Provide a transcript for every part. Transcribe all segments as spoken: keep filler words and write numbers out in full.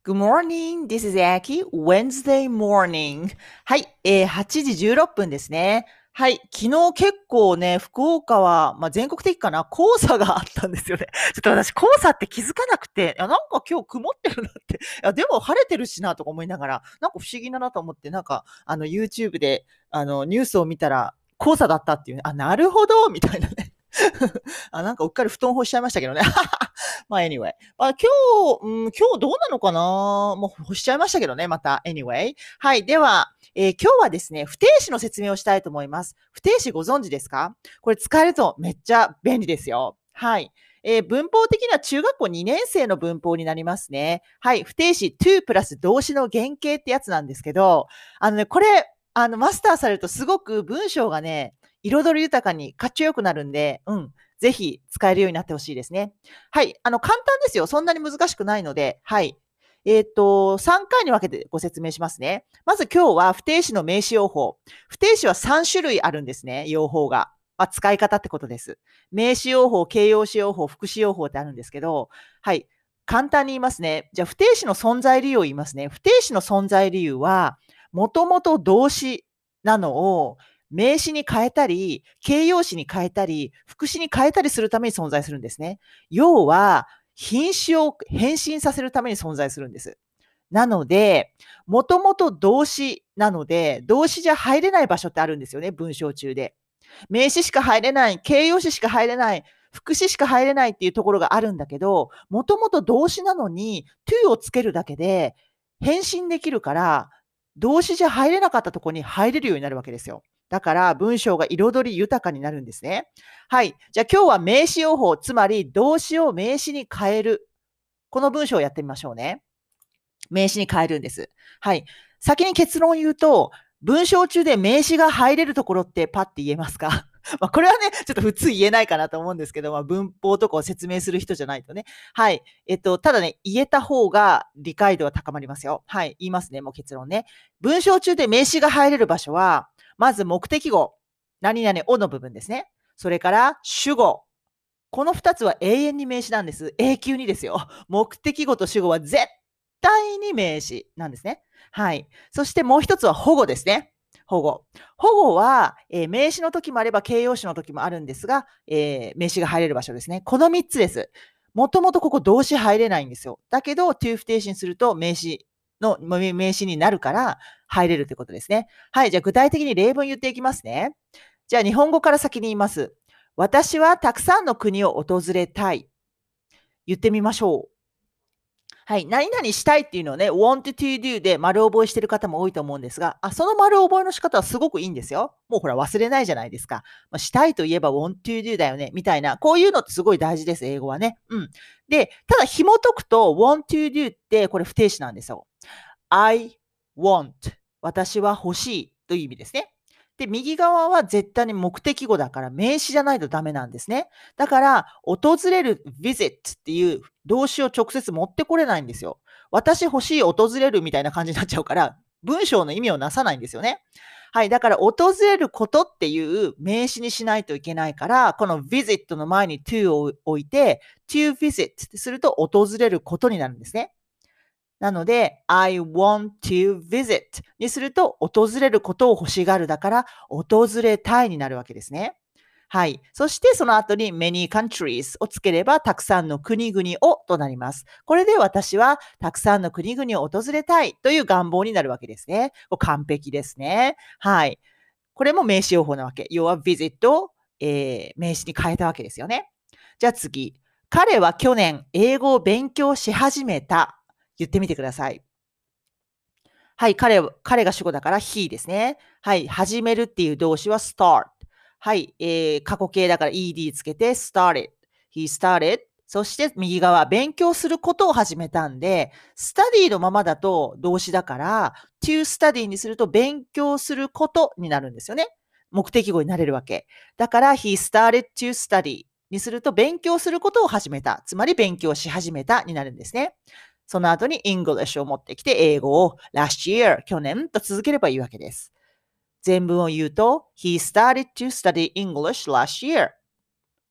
Good morning. This is Aki. Wednesday morning. はい、えー、はちじじゅうろっぷんですね。はい、昨日結構ね、福岡は、まあ、全国的かな、黄砂があったんですよね。ちょっと私、黄砂って気づかなくて、いや、なんか今日曇ってるなって、いや、でも晴れてるしなとか思いながら、なんか不思議だなと思って、なんか、あの、YouTube で、あの、ニュースを見たら、黄砂だったっていうね、あ、なるほどみたいなね。あ、なんかうっかり布団干しちゃいましたけどね。まあ、anyway。まあ、今日、うん、今日どうなのかな、もう干しちゃいましたけどね、また。anyway。はい。では、えー今日はですね、不定詞の説明をしたいと思います。不定詞ご存知ですか？これ使えるとめっちゃ便利ですよ。はい。えー文法的には中学校にねん生の文法になりますね。はい。不定詞 to プラス動詞の原型ってやつなんですけど、あのね、これ、あの、マスターされるとすごく文章がね、彩り豊かにかっちょよくなるんで、うん。ぜひ使えるようになってほしいですね。はい。あの、簡単ですよ。そんなに難しくないので、はい。えっ、と、さんかいに分けてご説明しますね。まず今日は不定詞の名詞用法。不定詞はさん種類あるんですね、用法が。まあ、使い方ってことです。名詞用法、形容詞用法、副詞用法ってあるんですけど、はい。簡単に言いますね。じゃあ、不定詞の存在理由を言いますね。不定詞の存在理由は、もともと動詞なのを名詞に変えたり、形容詞に変えたり、副詞に変えたりするために存在するんですね。要は、品詞を変身させるために存在するんです。なので、もともと動詞なので、動詞じゃ入れない場所ってあるんですよね、文章中で。名詞しか入れない、形容詞しか入れない、副詞しか入れないっていうところがあるんだけど、もともと動詞なのに to をつけるだけで変身できるから、動詞じゃ入れなかったところに入れるようになるわけですよ。だから文章が彩り豊かになるんですね。はい。じゃあ今日は名詞用法、つまり動詞を名詞に変える。この文章をやってみましょうね。名詞に変えるんです。はい。先に結論を言うと、文章中で名詞が入れるところってパッて言えますか？まあこれはね、ちょっと普通言えないかなと思うんですけど、まあ、文法とかを説明する人じゃないとね。はい。えっと、ただね、言えた方が理解度は高まりますよ。はい。言いますね。もう結論ね。文章中で名詞が入れる場所は、まず目的語。何々をの部分ですね。それから主語。このふたつは永遠に名詞なんです。永久にですよ。目的語と主語は絶対に名詞なんですね。はい。そしてもう一つは保護ですね。保護。保護は、えー名詞の時もあれば形容詞の時もあるんですが、えー名詞が入れる場所ですね。このみっつです。もともとここ動詞入れないんですよ。だけど、to 不定詞にすると名詞の名名詞になるから入れるということですね。はい。じゃあ具体的に例文言っていきますね。じゃあ日本語から先に言います。私はたくさんの国を訪れたい。言ってみましょう。はい。何々したいっていうのをね、want to do で丸覚えしてる方も多いと思うんですが、あ、その丸覚えの仕方はすごくいいんですよ。もうほら忘れないじゃないですか。まあ、したいといえば want to do だよね、みたいな。こういうのってすごい大事です、英語はね。うん。で、ただ紐解くと want to do ってこれ不定詞なんですよ。I want 私は欲しいという意味ですね。で、右側は絶対に目的語だから名詞じゃないとダメなんですね。だから、訪れる visit っていう動詞を直接持ってこれないんですよ。私欲しい訪れるみたいな感じになっちゃうから、文章の意味をなさないんですよね。はい。だから、訪れることっていう名詞にしないといけないから、この visit の前に to を置いて、to visit ってすると訪れることになるんですね。なので、I want to visit にすると、訪れることを欲しがるだから、訪れたいになるわけですね。はい。そしてその後に many countries をつければ、たくさんの国々をとなります。これで私はたくさんの国々を訪れたいという願望になるわけですね。完璧ですね。はい。これも名詞用法なわけ。要は visit を、えー名詞に変えたわけですよね。じゃあ次。彼は去年英語を勉強し始めた。言ってみてください。はい、彼は彼が主語だから he ですね。はい、始めるっていう動詞は start。はい、えー、過去形だから ed つけて started。he started。そして右側、勉強することを始めたんで、study のままだと動詞だから、to study にすると勉強することになるんですよね。目的語になれるわけ。だから、he started to study にすると勉強することを始めた。つまり勉強し始めたになるんですね。その後に English を持ってきて英語を last year 去年と続ければいいわけです。全文を言うと He started to study English last year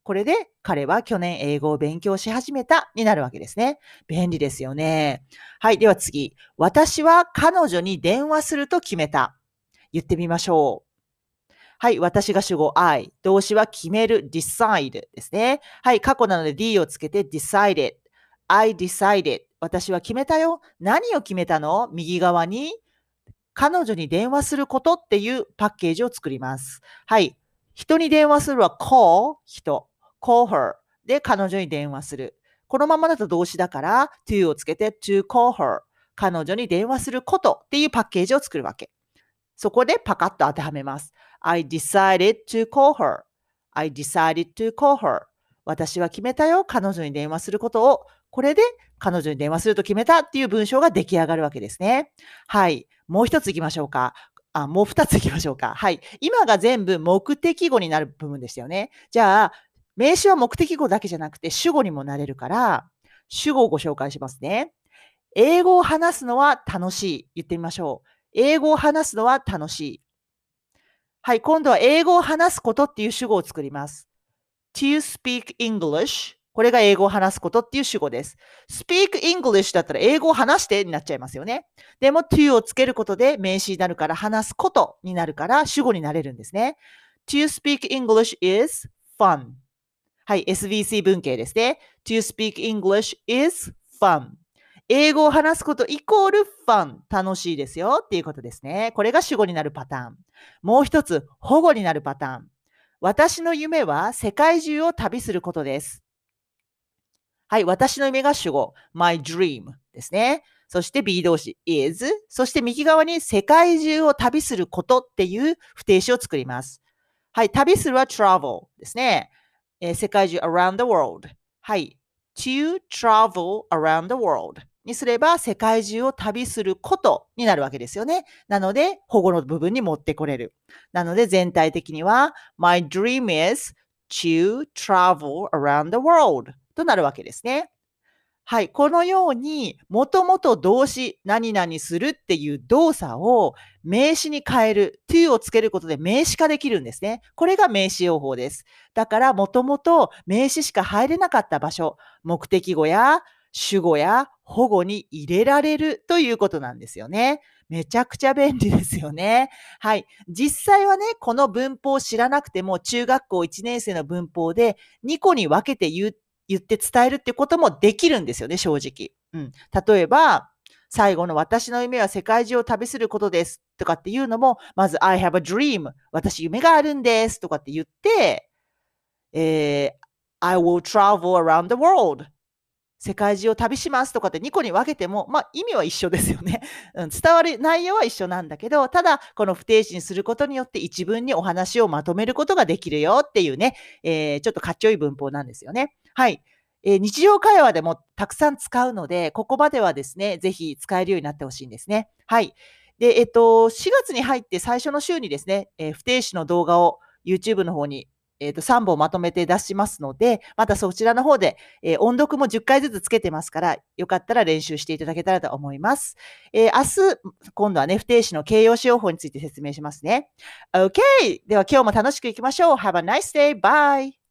これで彼は去年英語を勉強し始めたになるわけですね。便利ですよね。はい。では次。私は彼女に電話すると決めた。言ってみましょう。はい。私が主語 I。動詞は決める decide ですね。はい。過去なので D をつけて decided。I decided。私は決めたよ。何を決めたの？右側に彼女に電話することっていうパッケージを作ります。はい。人に電話するは call 人。call her で彼女に電話する。このままだと動詞だから to をつけて to call her。彼女に電話することっていうパッケージを作るわけ。そこでパカッと当てはめます。I decided to call her.I decided to call her. 私は決めたよ。彼女に電話することを。これで彼女に電話すると決めたっていう文章が出来上がるわけですね。はい。もう一つ行きましょうか。あ、もう二つ行きましょうか。はい。今が全部目的語になる部分でしたよね。じゃあ、名詞は目的語だけじゃなくて主語にもなれるから、主語をご紹介しますね。英語を話すのは楽しい。言ってみましょう。英語を話すのは楽しい。はい、今度は英語を話すことっていう主語を作ります。to speak English。これが英語を話すことっていう主語です。speak English だったら英語を話してになっちゃいますよね。でも to をつけることで名詞になるから話すことになるから主語になれるんですね。to speak English is fun。はい、エスビーシー 文系ですね。to speak English is fun。英語を話すことイコール fun。楽しいですよっていうことですね。これが主語になるパターン。もう一つ、保護になるパターン。私の夢は世界中を旅することです。はい、私の夢が主語。my dream ですね。そして be 動詞 is。そして右側に世界中を旅することっていう不定詞を作ります。はい、旅するは travel ですね。えー、世界中 around the world。はい。to travel around the world にすれば世界中を旅することになるわけですよね。なので保護の部分に持ってこれる。なので全体的には My dream is to travel around the world となるわけですね。はい。このように、もともと動詞、何々するっていう動作を名詞に変える、to をつけることで名詞化できるんですね。これが名詞用法です。だから、もともと名詞しか入れなかった場所、目的語や主語や保護に入れられるということなんですよね。めちゃくちゃ便利ですよね。はい。実際はね、この文法を知らなくても、中学校いちねん生の文法でにこに分けて言う言って伝えるってこともできるんですよね、正直。うん。例えば、最後の私の夢は世界中を旅することですとかっていうのも、まず I have a dream。私夢があるんですとかって言って、えー、I will travel around the world。世界中を旅しますとかってにこに分けても、まあ意味は一緒ですよね。うん、伝わる内容は一緒なんだけど、ただこの不定詞にすることによって一文にお話をまとめることができるよっていうね、えー、ちょっとかっちょいい文法なんですよね。はい。えー、日常会話でもたくさん使うので、ここまではですね、ぜひ使えるようになってほしいんですね。はい。で、えっと、しがつに入って最初の週にですね、えー、不定詞の動画を YouTube の方にえっと、さんぼんまとめて出しますので、またそちらの方で、えー、音読もじゅっかいずつつけてますから、よかったら練習していただけたらと思います。えー、明日、今度はね、不定詞の形容詞用法について説明しますね。OK! では今日も楽しくいきましょう。Have a nice day! Bye!